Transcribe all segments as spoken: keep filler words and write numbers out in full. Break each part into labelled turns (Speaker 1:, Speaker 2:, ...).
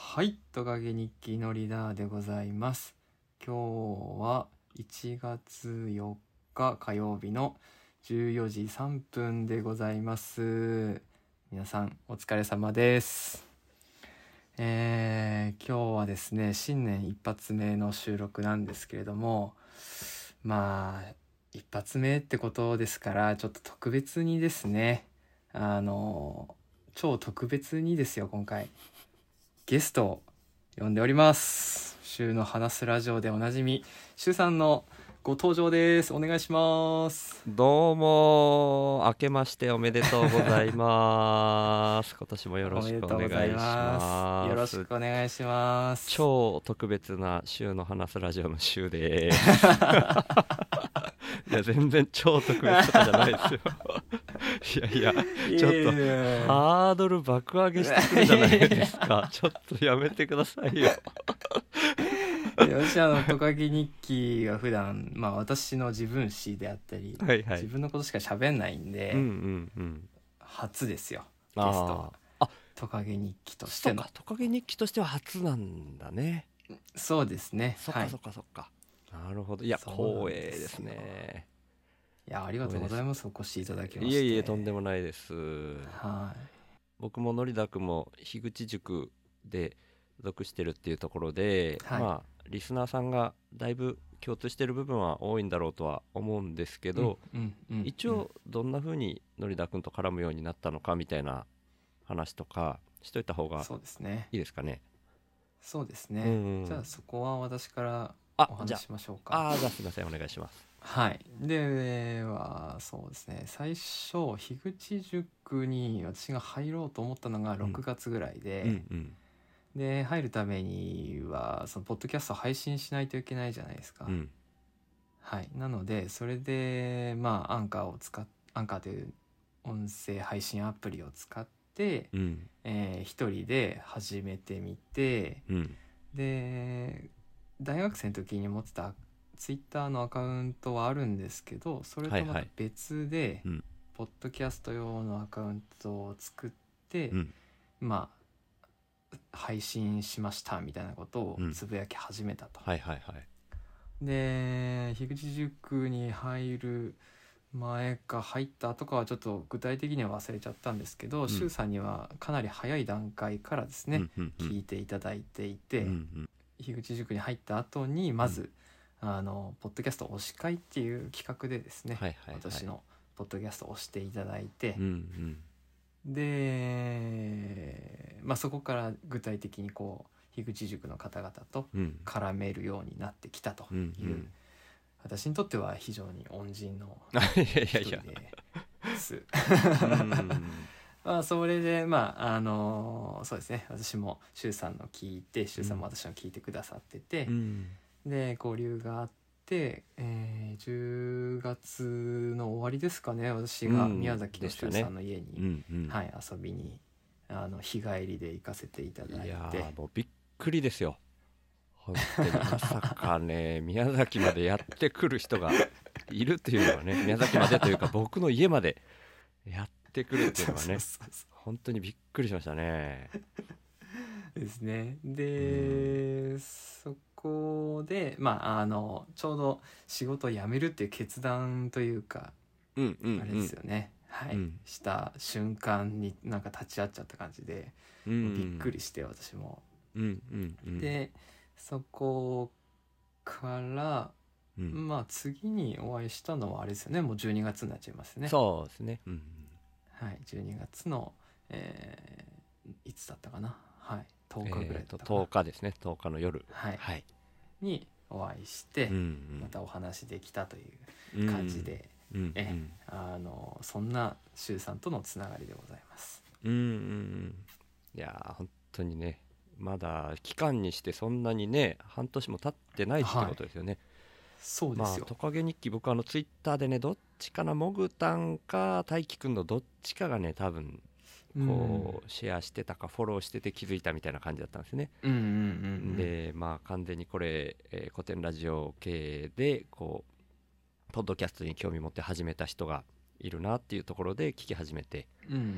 Speaker 1: はい、トカゲ日記のリーダーでございます。今日はいちがつよっか火曜日のじゅうよじさんぷんでございます。皆さんお疲れ様です。えー、今日はですね、新年一発目の収録なんですけれども、まあ一発目ってことですからちょっと特別にですね、あの超特別にですよ、今回ゲストを呼んでおります。週の話すラジオでおなじみ、週さんのご登場です。お願いします。
Speaker 2: どうも明けましておめでとうございます今年もよろしくお願いします。
Speaker 1: よろしくお願いします。
Speaker 2: 超特別な週の話すラジオの週ですいや全然超特別とかじゃないですよいやいやちょっとハードル爆上げしてくるじゃないですかちょっとやめてくださいよ
Speaker 1: 私あのトカゲ日記が普段まあ私の自分史であったり、
Speaker 2: はいはい、
Speaker 1: 自分のことしか喋んないんで、
Speaker 2: うんうんうん、
Speaker 1: 初ですよゲストは。あトカゲ日記としての
Speaker 2: トカゲ日記としては初なんだね。
Speaker 1: そうですね。
Speaker 2: そっかそっかそっか、はい、なるほど。いや光栄ですね。
Speaker 1: いやありがとうございます。お越しいただきまして。
Speaker 2: いえいえとんでもないです。
Speaker 1: はい。
Speaker 2: 僕ものりだくも樋口塾で属してるっていうところで、はい、まあリスナーさんがだいぶ共通してる部分は多いんだろうとは思うんですけど、うんうんうんうん、一応どんな風にのりだくんと絡むようになったのかみたいな話とかしといた方がいいですかね。
Speaker 1: そうですね、うんうん、じゃあそこは私からお話しましょうか。
Speaker 2: ああじゃあすいませんお願いします。
Speaker 1: はい。ではそうですね、最初樋口塾に私が入ろうと思ったのがろくがつぐらいで、うんうんうんで入るためにはそのポッドキャストを配信しないといけないじゃないですか、うん、はい。なのでそれでまあアンカーを使っアンカーという音声配信アプリを使って、うんえー、一人で始めてみて、うん、で大学生の時に持ってたツイッターのアカウントはあるんですけど、それとまた別で、はいはいうん、ポッドキャスト用のアカウントを作って、うん、まあ配信しましたみたいなことをつぶやき始めたと、うんはいはいはい、で樋口塾に入る前か入った後かはちょっと具体的には忘れちゃったんですけど、周、うん、さんにはかなり早い段階からですね、うんうんうん、聞いていただいていて、うんうん、樋口塾に入った後にまず、うん、あのポッドキャスト推し会っていう企画でですね、はいはいはい、私のポッドキャストを推していただいて、うんうんで、まあ、そこから具体的にこう樋口塾の方々と絡めるようになってきたという、うんうん、私にとっては非常に恩人の一人ですまあそれでまああのそうですね、私も周さんの聞いて周さんも私の聞いてくださってて、うん、で交流があって、えー、じゅうがつの終わりですかね、私が宮崎の周さんの家に、うんうんはい、遊びにあの日帰りで行かせていただいて、いや
Speaker 2: もうびっくりですよ本当に。まさかね宮崎までやってくる人がいるっていうのはね宮崎までというか僕の家までやってくるっていうのはね本当にびっくりしましたね
Speaker 1: ですね。で、うん、そこでまああのちょうど仕事を辞めるっていう決断というか、うんうんうん、あれですよね、はい、うん、した瞬間になんか立ち会っちゃった感じで、うん、びっくりして私も、うんうんうん、でそこから、うん、まあ次にお会いしたのはあれですよね、もうじゅうにがつになっちゃいますね。
Speaker 2: そうですね、うん、
Speaker 1: はい、じゅうにがつの、えー、いつだったかな、はい、とおかぐらいだったかな、
Speaker 2: えー、とおかですね、とおかの夜、
Speaker 1: はいはい、にお会いして、うんうん、またお話できたという感じで、うんうん、えあのそんな周さんとのつながりでございます。
Speaker 2: うんうん、いや本当にねまだ期間にしてそんなにね半年も経ってないってことですよね、はい、
Speaker 1: そうですよ。
Speaker 2: まあ、トカゲ日記僕あのツイッターでねどっちかなモグタンか大輝くんのどっちかがね多分こうシェアしてたかフォローしてて気づいたみたいな感じだったんですね、うんうんうんうん、でまあ完全にこれ、えー、古典ラジオ系でこうポッドキャストに興味持って始めた人がいるなっていうところで聞き始めて、
Speaker 1: うんうんうん、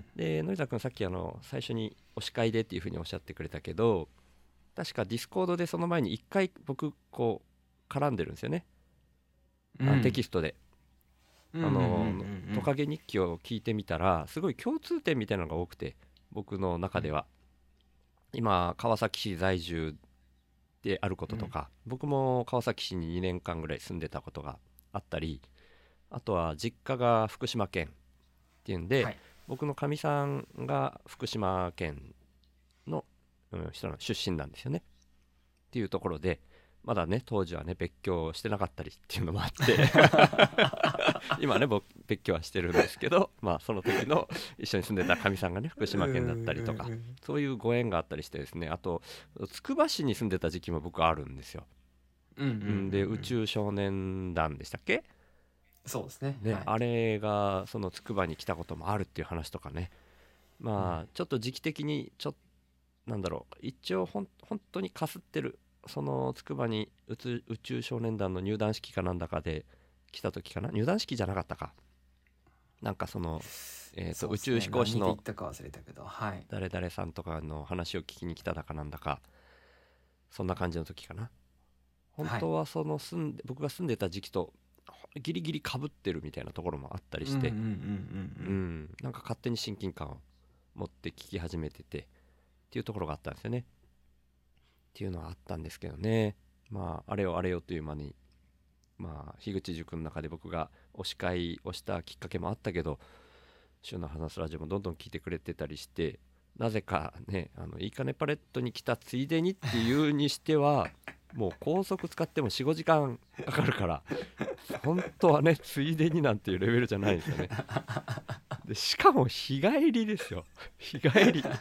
Speaker 2: でのりたくんさっきあの最初に推し会でっていうふうにおっしゃってくれたけど、確かディスコードでその前にいっかい僕こう絡んでるんですよね、うん、あテキストで、あのトカゲ日記を聞いてみたらすごい共通点みたいなのが多くて、僕の中では、うん、今川崎市在住であることとか、うん、僕も川崎市ににねんかんぐらい住んでたことがあったり、あとは実家が福島県っていうんで、はい、僕のかみさんが福島県の、うん、人の出身なんですよねっていうところで、まだね当時はね別居してなかったりっていうのもあって今ね僕別居はしてるんですけど、まあその時の一緒に住んでたかみさんがね福島県だったりとか、そういうご縁があったりしてですね、あとつくば市に住んでた時期も僕あるんですよ。うんうんうんうん、で宇宙少年団でしたっけ、
Speaker 1: そうですね、
Speaker 2: ね、
Speaker 1: はい、
Speaker 2: あれがそのつくばに来たこともあるっていう話とかね、まあ、うん、ちょっと時期的にちょっとなんだろう、一応ほん本当にかすってる、そのつくばに宇宙少年団の入団式かなんだかで来た時かな、入団式じゃなかったかなんかその、えーと、ね、宇宙飛行士の誰々さんとかの話を聞きに来ただかなんだか、そんな感じの時かな。本当はその住んで、僕が住んでた時期とギリギリ被ってるみたいなところもあったりして、なんか勝手に親近感を持って聞き始めててっていうところがあったんですよねっていうのはあったんですけどね。まああれよあれよという間に、まあ樋口塾の中で僕が推し会をしたきっかけもあったけど、週の話すラジオもどんどん聞いてくれてたりして、なぜかね、あのいいかねパレットに来たついでにっていうにしてはもう高速使っても よん,ご 時間かかるから本当はねついでになんていうレベルじゃないですよね。でしかも日帰りですよ、日帰り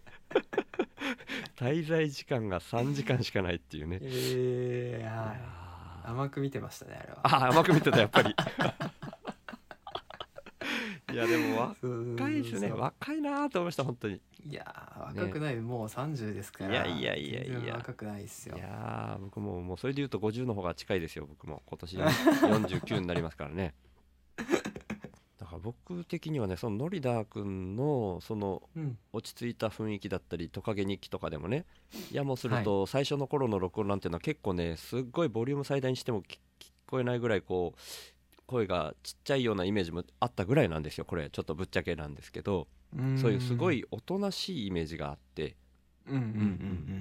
Speaker 2: 滞在時間がさんじかんしかないっていうね。
Speaker 1: えー、はい、甘く見てましたねあれは。
Speaker 2: あ甘く見てたやっぱりいやでも若いですね、若いなと思いました本当に。
Speaker 1: いや若くない、ね、もうさんじゅうですから。
Speaker 2: いやいやいやいや
Speaker 1: 全然若くないですよ。
Speaker 2: いや僕ももうそれで言うとごじゅうの方が近いですよ。僕も今年よんじゅうきゅうになりますからねだから僕的にはね、そのノリダー君のその落ち着いた雰囲気だったり、トカゲ日記とかでもね、やもすると最初の頃の録音なんていうのは結構ねすっごいボリューム最大にしても聞こえないぐらいこう声がちっちゃいようなイメージもあったぐらいなんですよ。これちょっとぶっちゃけなんですけど、そういうすごいおとなしいイメージがあって、
Speaker 1: うんうんうんうん、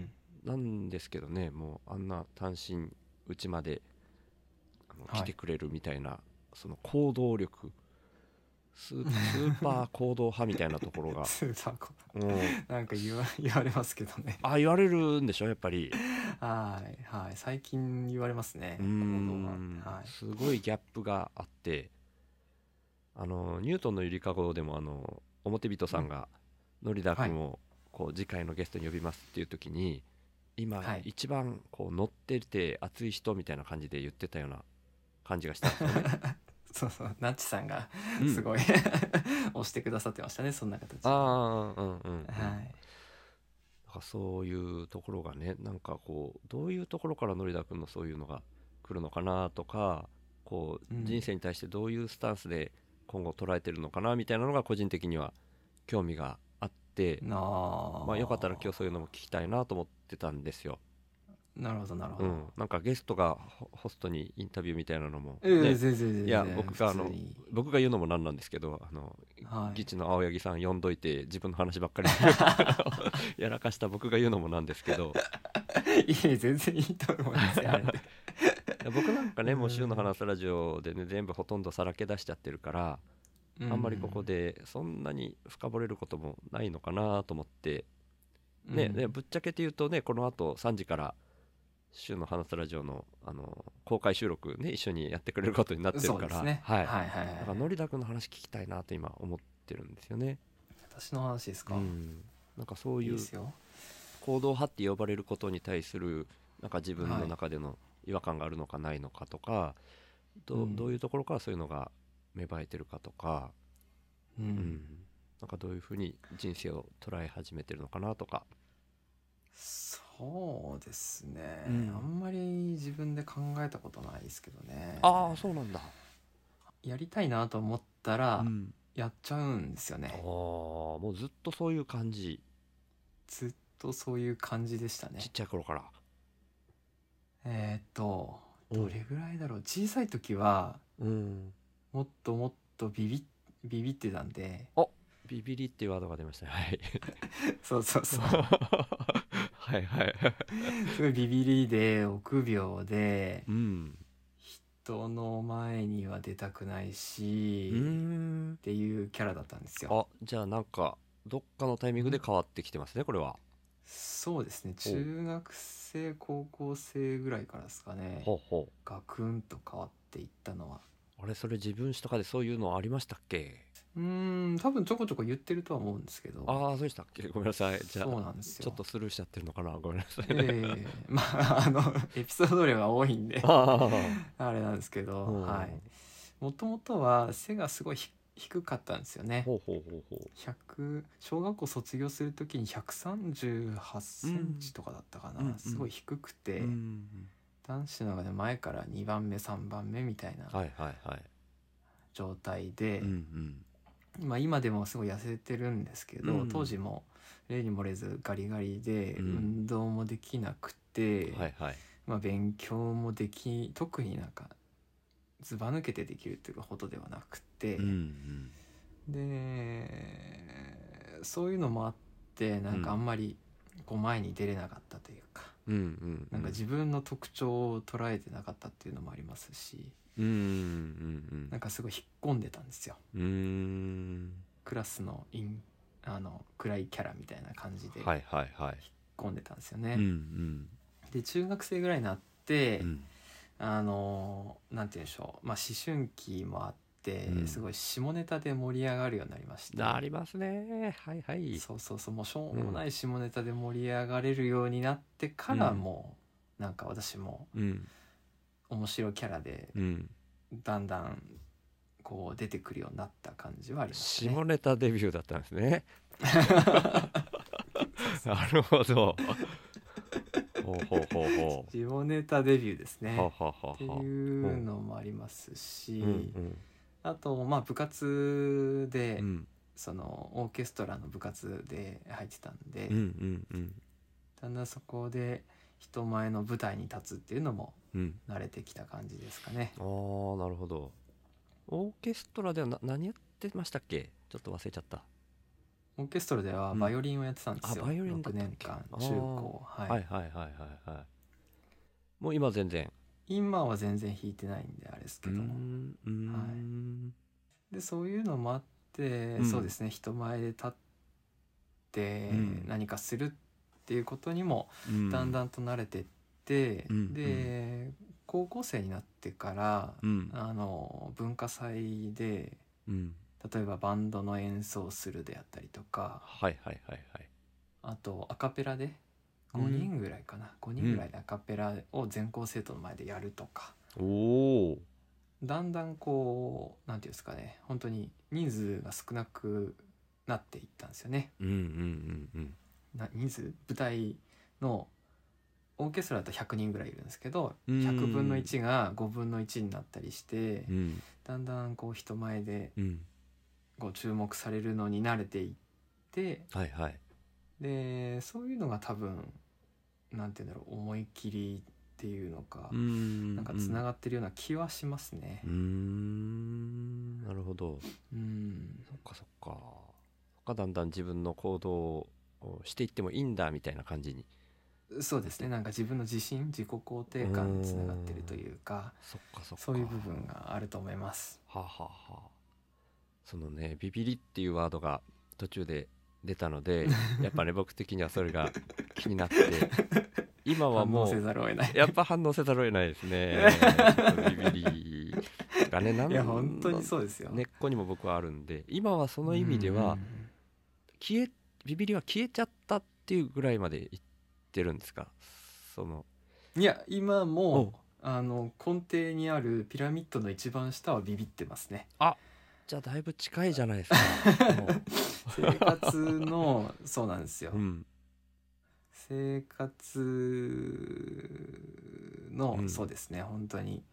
Speaker 2: なんですけどね、もうあんな単身うちまであの来てくれるみたいな、はい、その行動力、スー、スーパー行動派みたいなところが
Speaker 1: スーパー行動、うん、なんか言わ、言われますけどね。
Speaker 2: あ言われるんでしょやっぱり。
Speaker 1: はいはい、最近言われますね。
Speaker 2: うーん、はい、すごいギャップがあって、あのニュートンのゆりかごでもあの表人さんがノリダ君をこう次回のゲストに呼びますっていう時に、今一番こう乗ってて熱い人みたいな感じで言ってたような感じがしたんですよね
Speaker 1: そうそう、ナッチさんがすごい、うん、押してくださってましたね、そんな形で。
Speaker 2: ああ、うんうん、うん、はい。だ
Speaker 1: から
Speaker 2: そういうところがね、なんかこうどういうところからノリダ君のそういうのが来るのかなとか、こう人生に対してどういうスタンスで今後捉えてるのかなみたいなのが個人的には興味があって、
Speaker 1: あ、
Speaker 2: まあよかったら今日そういうのも聞きたいなと思ってたんですよ。
Speaker 1: なるほどなるほど、うん、
Speaker 2: なんかゲストがホストにインタビューみたいなのも、ね、
Speaker 1: えー、全然全然。
Speaker 2: いや僕があの僕が言うのもなんなんですけど、あの、はい、ギチの青柳さん呼んどいて自分の話ばっかりやらかした僕が言うのもなんですけど
Speaker 1: いや全然いいと思いますよ
Speaker 2: 僕なんかね、もう週の話すラジオでね全部ほとんどさらけ出しちゃってるから、あんまりここでそんなに深掘れることもないのかなと思って、ね、ね、ぶっちゃけて言うとね、このあとさんじから週の話すラジオ の, あの公開収録ね一緒にやってくれることになってるから、
Speaker 1: ね、はいはいはいはい、
Speaker 2: だからノリダ君の話聞きたいなと今思ってるんですよね。
Speaker 1: 私の話ですか。
Speaker 2: うん、なんかそういう行動派って呼ばれることに対するなんか自分の中での違和感があるのかないのかとか、はい、ど, どういうところからそういうのが芽生えてるかとか、
Speaker 1: うんうん、
Speaker 2: なんかどういうふうに人生を捉え始めてるのかなとか。
Speaker 1: そうですね、うん、あんまり自分で考えたことないですけどね。
Speaker 2: ああそうなんだ。
Speaker 1: やりたいなと思ったらやっちゃうんですよね、
Speaker 2: うん、あもうずっとそういう感じ。
Speaker 1: ずっとそういう感じでしたね。
Speaker 2: ちっちゃい頃から。
Speaker 1: えー、っとどれぐらいだろう、小さい時はもっともっとビビビビってたんで。
Speaker 2: あビビリっていうワードが出ましたね。はい
Speaker 1: そうそうそう
Speaker 2: はいはい
Speaker 1: すごいビビりで臆病で、
Speaker 2: うん、
Speaker 1: 人の前には出たくないしっていうキャラだったんですよ。
Speaker 2: あじゃあなんかどっかのタイミングで変わってきてますね、これは。
Speaker 1: そうですね、中学生高校生ぐらいからですかね。
Speaker 2: ほうほう
Speaker 1: ガクンと変わっていったのは。
Speaker 2: あれそれ自分史とかでそういうのありましたっけ？
Speaker 1: うーん多分ちょこちょこ言ってるとは思うんですけど。
Speaker 2: ああそうでしたっけ？ごめんなさい。じゃあ
Speaker 1: そうなんですよ、
Speaker 2: ちょっとスルーしちゃってるのかな、ごめんなさい、
Speaker 1: ええー、まああのエピソード量が多いんであれなんですけど、はい、もともとは背がすごい低かったんですよね。
Speaker 2: ほうほうほうほう
Speaker 1: ひゃく小学校卒業する時にひゃくさんじゅうはちセンチとかだったかな、うん、すごい低くて、うん、男子の中で前からにばんめさんばんめみたいな状態で、はいはいはい、まあ、今でもすごい痩せてるんですけど、うん、当時も例に漏れずガリガリで運動もできなくて、うんはいはい、まあ、勉強もでき特になんかずば抜けてできるっていうほどではなくて、うんうんでそういうのもあってなんかあんまりこう前に出れなかったというか、うんうんうん、なんか自分の特徴を捉えてなかったっていうのもありますし、うんうんうん、なんかすごい引っ込んでたんですよ。うんクラスのインあの暗いキャラみたいな感じで引っ込んでたんですよね、はいはいはい、で中学生ぐらいになって、うん、あのなんて言うんでしょう、まあ、思春期もあって、すごい下ネタで盛り上がるようになりまして、
Speaker 2: うん、ありますね、はいはい、
Speaker 1: そうそうそう、もうしょうもない下ネタで盛り上がれるようになってから、もうなんか私も面白いキャラでだんだんこう出てくるようになった感じはありますね。
Speaker 2: 下ネタデビューだったんですねなるほどほうほうほうほ
Speaker 1: う下ネタデビューですね、
Speaker 2: はははは
Speaker 1: っていうのもありますし、うんうん、あとまあ部活で、うん、そのオーケストラの部活で入ってたんで、うんうんうん、だんだんそこで人前の舞台に立つっていうのも慣れてきた感じですかね、
Speaker 2: うん、ああなるほど。オーケストラではな何やってましたっけ？ちょっと忘れちゃった。
Speaker 1: オーケストラではバイオリンをやってたんですよ、
Speaker 2: うん、あバイオリンだったっけ？
Speaker 1: ろくねんかん中高、
Speaker 2: はい、はいはいはいはいはい。もう今全然
Speaker 1: 今は全然弾いてないんであれですけども、うんうん、はい、でそういうのもあって、うん、そうですね、人前で立って何かするっていうことにもだんだんと慣れてって、うん、で、うん高校生になってから、うん、あの文化祭で、うん、例えばバンドの演奏するであったりとか、
Speaker 2: はいはいはいはい、
Speaker 1: あとアカペラでごにんぐらいかな、うん、ごにんぐらいでアカペラを全校生徒の前でやるとか、うん、おだんだんこうなんていうんですかね、本当に人数が少なくなっていったんですよね、うんうんうんうん、な人数舞台のオーケストラだとひゃくにんぐらいいるんですけど、ひゃくぶんのいちがごぶんのいちになったりして、うん、だんだんこう人前でこう注目されるのに慣れていって、はいはい、でそういうのが多分なんていうんだろう、思い切りっていうのか、うん、なんかつながってるような気はしますね。
Speaker 2: うーんなるほど、うん、そっかそっか、そっか、だんだん自分の行動をしていってもいいんだみたいな感じに。
Speaker 1: そうですね、なんか自分の自信自己肯定感につながってるというか、
Speaker 2: そっかそっか、
Speaker 1: そういう部分があると思います。
Speaker 2: はあ、はあはあ、そのねビビリっていうワードが途中で出たのでやっぱね僕的にはそれが気になって今はもう
Speaker 1: 反応せざるを得ない
Speaker 2: やっぱ反応せざるを得ないですねビビリがね、なん
Speaker 1: いや本当にそうですよ、
Speaker 2: 根っこにも僕はあるんで、今はその意味では消えビビリは消えちゃったっていうぐらいまでいってるんですか？その
Speaker 1: いや今もあの根底にあるピラミッドの一番下はビビってますね。
Speaker 2: あ、じゃあだいぶ近いじゃないですか
Speaker 1: 生活のそうなんですよ、うん、生活の、うん、そうですね、本当に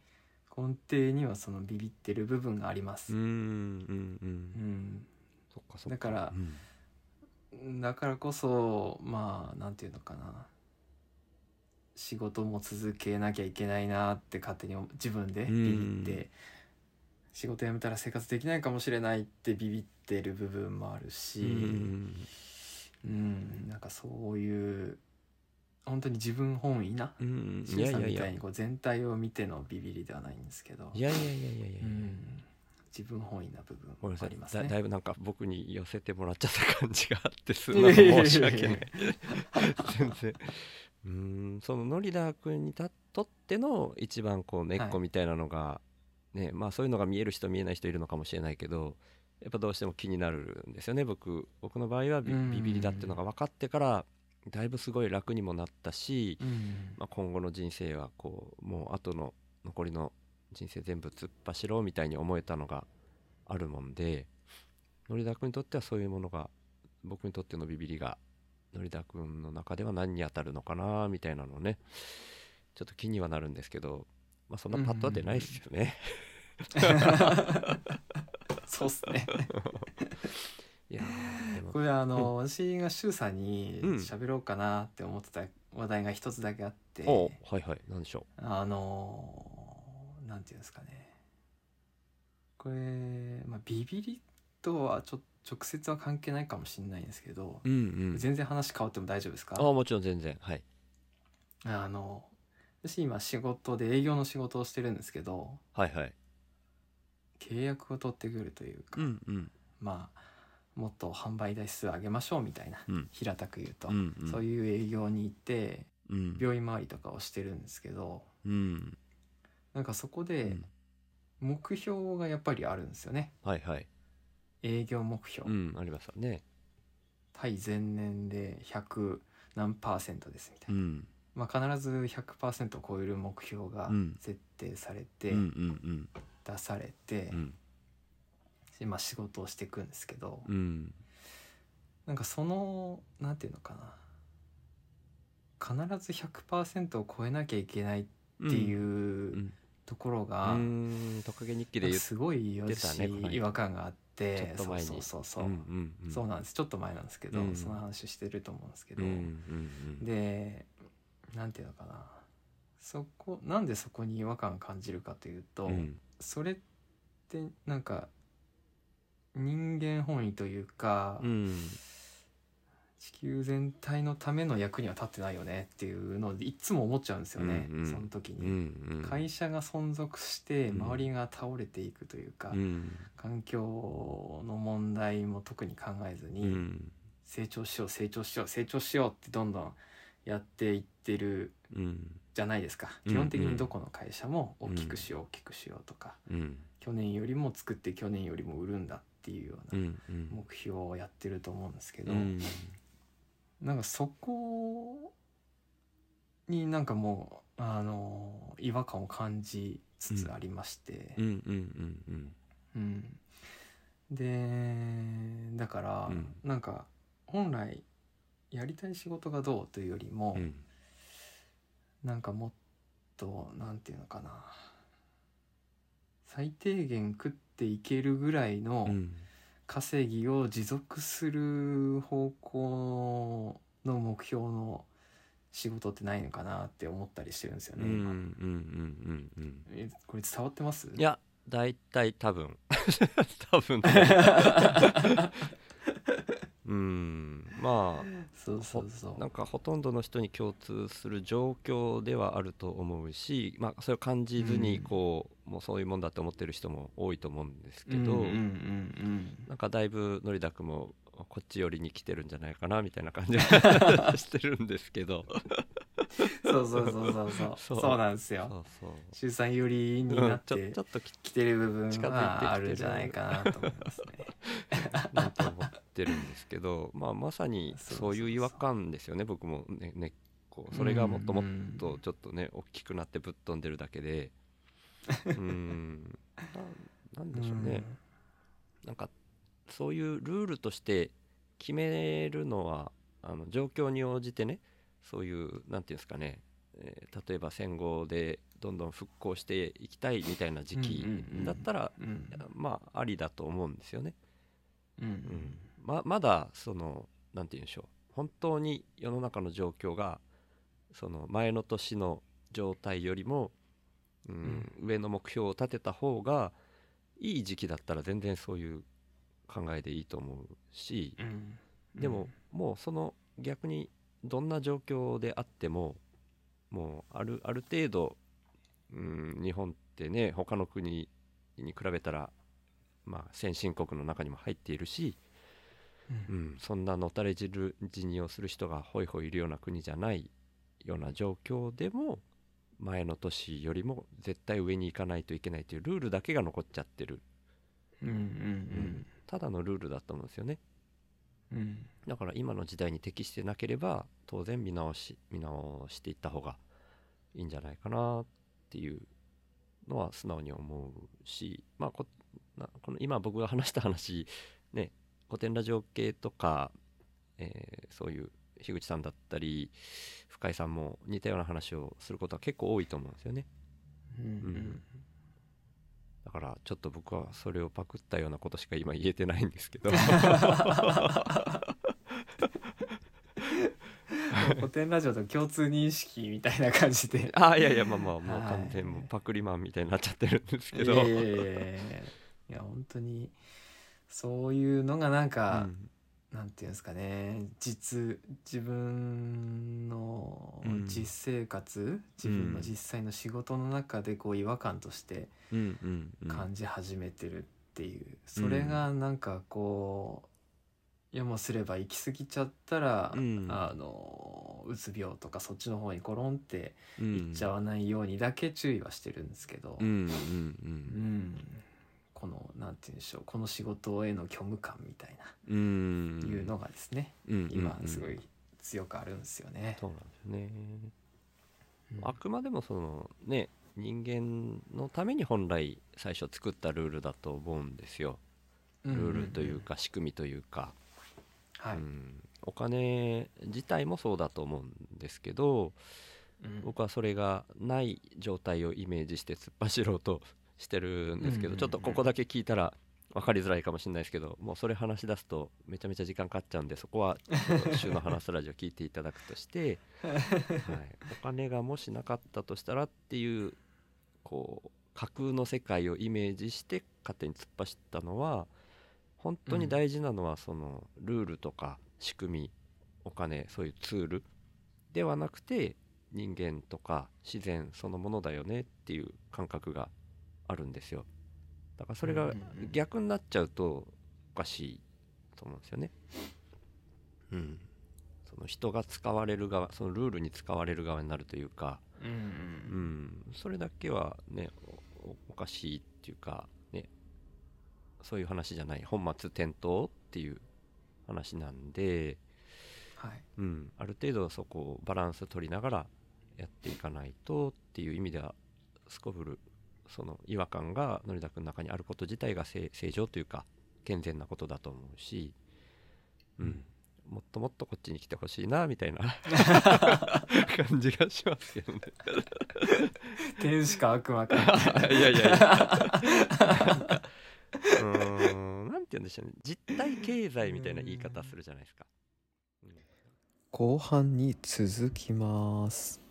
Speaker 1: 根底にはそのビビってる部分があります。
Speaker 2: うんうんうん
Speaker 1: うん
Speaker 2: そっかそっか。
Speaker 1: だから、うん、だからこそまあなんていうのかな、仕事も続けなきゃいけないなって勝手に自分でビビって、仕事辞めたら生活できないかもしれないってビビってる部分もあるし、うんうんなんかそういう本当に自分本位な、シュウさんみたいにこう全体を見てのビビりではないんですけど、
Speaker 2: いやいやいやいやいや、うん、
Speaker 1: 自分本位な部分もありますね。
Speaker 2: だ, だいぶなんか僕に寄せてもらっちゃった感じがあってすごい申し訳ない全然うんそのノリダー君にとっての一番こう根っこみたいなのが、はいね、まあそういうのが見える人見えない人いるのかもしれないけど、やっぱどうしても気になるんですよね。僕僕の場合は ビ, ビビりだっていうのが分かってからだいぶすごい楽にもなったし、まあ、今後の人生はこうもう後の残りの人生全部突っ走ろうみたいに思えたのがあるもんで、ノリダー君にとってはそういうものが、僕にとってのビビりがノリダー君の中では何に当たるのかなみたいなのをねちょっと気にはなるんですけど、まあそんなパッとは出ないですよね、うんうん、
Speaker 1: そうっすね
Speaker 2: いやでも
Speaker 1: これあの、うん、私がシュウさんに喋ろうかなって思ってた話題が一つだけあって、
Speaker 2: うん、はいはい何でしょ
Speaker 1: う、あのなんていうんですかね、これ、まあ、ビビりとはちょっと直接は関係ないかもしれないんですけど、うんうん、全然話変わっても大丈夫ですか？
Speaker 2: あ、もちろん全然、はい。
Speaker 1: あの私今仕事で営業の仕事をしてるんですけど、
Speaker 2: はいはい、
Speaker 1: 契約を取ってくるというか、うんうん、まあもっと販売台数上げましょうみたいな、うん、平たく言うと、うんうん、そういう営業に行って、うん、病院回りとかをしてるんですけど、うん、なんかそこで目標がやっぱりあるんですよね、
Speaker 2: はいはい、
Speaker 1: 営業目標、
Speaker 2: うん、ありますよね。
Speaker 1: 対前年でひゃく何パーセントですみたいな、うん、まあ、必ず ひゃくパーセント を超える目標が設定されて、うんうんうん、出されて、うん今仕事をしていくんですけど、うん、なんかそのなんていうのかな、必ず ひゃくパーセント を超えなきゃいけないっていうところが、うんうん、
Speaker 2: トカゲ日記で言ってたね、
Speaker 1: すごいよし違和感があって、
Speaker 2: ちょっと前に
Speaker 1: そうそうそうそう、うんうんうん、そうなんです、ちょっと前なんですけど、うん、その話してると思うんですけど、うんうんうん、でなんていうのかな、そこなんでそこに違和感を感じるかというと、うん、それってなんか人間本位というか、うん、地球全体のための役には立ってないよねっていうのでいつも思っちゃうんですよね、うんうん、その時に、うんうん、会社が存続して周りが倒れていくというか、うん、環境の問題も特に考えずに、うん、成長しよう成長しよう成長しようってどんどんやっていってるじゃないですか、うん、基本的にどこの会社も大きくしよう大きくしようとか、うん、去年よりも作って去年よりも売るんだっていうような目標をやってると思うんですけど、うん、なんかそこになんかもうあの違和感を感じつつありまして、でだから、うん、なんか本来やりたい仕事がどうというよりも、うん、なんかもっとなんていうのかな、最低限食っていけるぐらいの稼ぎを持続する方向の目標の仕事ってないのかなって思ったりしてるんですよね、今。え、これ伝わってます？
Speaker 2: いや、だいたい多分多分うんまあ
Speaker 1: そうそうそう
Speaker 2: なんかほとんどの人に共通する状況ではあると思うし、まあそれを感じずにこう、うん、もうそういうもんだと思ってる人も多いと思うんですけど、うんうんうんうん、なんかだいぶのりだくもこっち寄りに来てるんじゃないかなみたいな感じがしてるんですけど
Speaker 1: そうそうそうそうそうそうそうなんですよ。そうそう週さん寄りになってきてる部分はあるんじゃないかなと思いますね
Speaker 2: なんて思ってるんですけど、まあ、まさにそういう違和感ですよね。僕もね、ねこうそれがもっともっとちょっとね大きくなってぶっ飛んでるだけでうーん な, なんでしょうね、うん、なんかそういうルールとして決めるのはあの状況に応じてね、そういうなんていうんですかね、 えー、例えば戦後でどんどん復興していきたいみたいな時期だったら、うんうんうん、まあありだと思うんですよね。うんうんうん、ま, まだそのなんて言うんでしょう、本当に世の中の状況がその前の年の状態よりも、うんうん、上の目標を立てた方がいい時期だったら全然そういう考えでいいと思うし、うんうん、でももうその逆にどんな状況であってももうある、ある程度、うん、日本ってね他の国に比べたら、まあ、先進国の中にも入っているし、うんうん、そんなのたれ死にをする人がホイホイいるような国じゃないような状況でも前の年よりも絶対上に行かないといけないというルールだけが残っちゃってる、うんうんうんうん、ただのルールだと思うんですよね。うん、だから今の時代に適してなければ当然見直し見直していった方がいいんじゃないかなっていうのは素直に思うし、まあ、こなこの今僕が話した話ね、古典ラジオ系とか、えー、そういう樋口さんだったり深井さんも似たような話をすることは結構多いと思うんですよね。うんうん、だからちょっと僕はそれをパクったようなことしか今言えてないんですけど
Speaker 1: 古典ラジオと共通認識みたいな感じで
Speaker 2: あいやいやまあまあもう完全もうパクリマンみたいになっちゃってるんですけど、いやいやいやい
Speaker 1: や本当にそういうのがなんか、うん、なんていうんですかね、実自分の実生活、うん、自分の実際の仕事の中でこう違和感として感じ始めてるっていう、それがなんかこうやもすれば行き過ぎちゃったら、うん、あのうつ病とかそっちの方にコロンっていっちゃわないようにだけ注意はしてるんですけど、うんうんうんうん、このなんて言うんでしょう、この仕事への虚無感みたいな、うん、いうのがですね、うんうんうん、今すごい強くあるんですよね。
Speaker 2: そうなんですね、うん、あくまでもそのね人間のために本来最初作ったルールだと思うんですよ。ルールというか仕組みというか、はい、うん、お金自体もそうだと思うんですけど、うん、僕はそれがない状態をイメージして突っ走ろうとしてるんですけど、うんうんうん、ちょっとここだけ聞いたら分かりづらいかもしれないですけど、もうそれ話し出すとめちゃめちゃ時間かかっちゃうんで、そこは週の話すラジオ聞いていただくとして、はい、お金がもしなかったとしたらっていうこう架空の世界をイメージして勝手に突っ走ったのは、本当に大事なのはそのルールとか仕組み、お金、そういうツールではなくて人間とか自然そのものだよねっていう感覚があるんですよ。だからそれが逆になっちゃうとおかしいと思うんですよね。うん、その人が使われる側、そのルールに使われる側になるというか、うんうんうん、それだけはね お, おかしいっていうかね、そういう話じゃない、本末転倒っていう話なんで、はい、うん、ある程度そこをバランス取りながらやっていかないとっていう意味では、すこぶるその違和感がのりだくんの中にあること自体が正常というか健全なことだと思うし、うん、もっともっとこっちに来てほしいなみたいな感じがしますけどね
Speaker 1: 天使か悪魔か
Speaker 2: いやいやいやうーん、なんて言うんでしょうね、実体経済みたいな言い方するじゃないですか。
Speaker 1: 後半に続きます。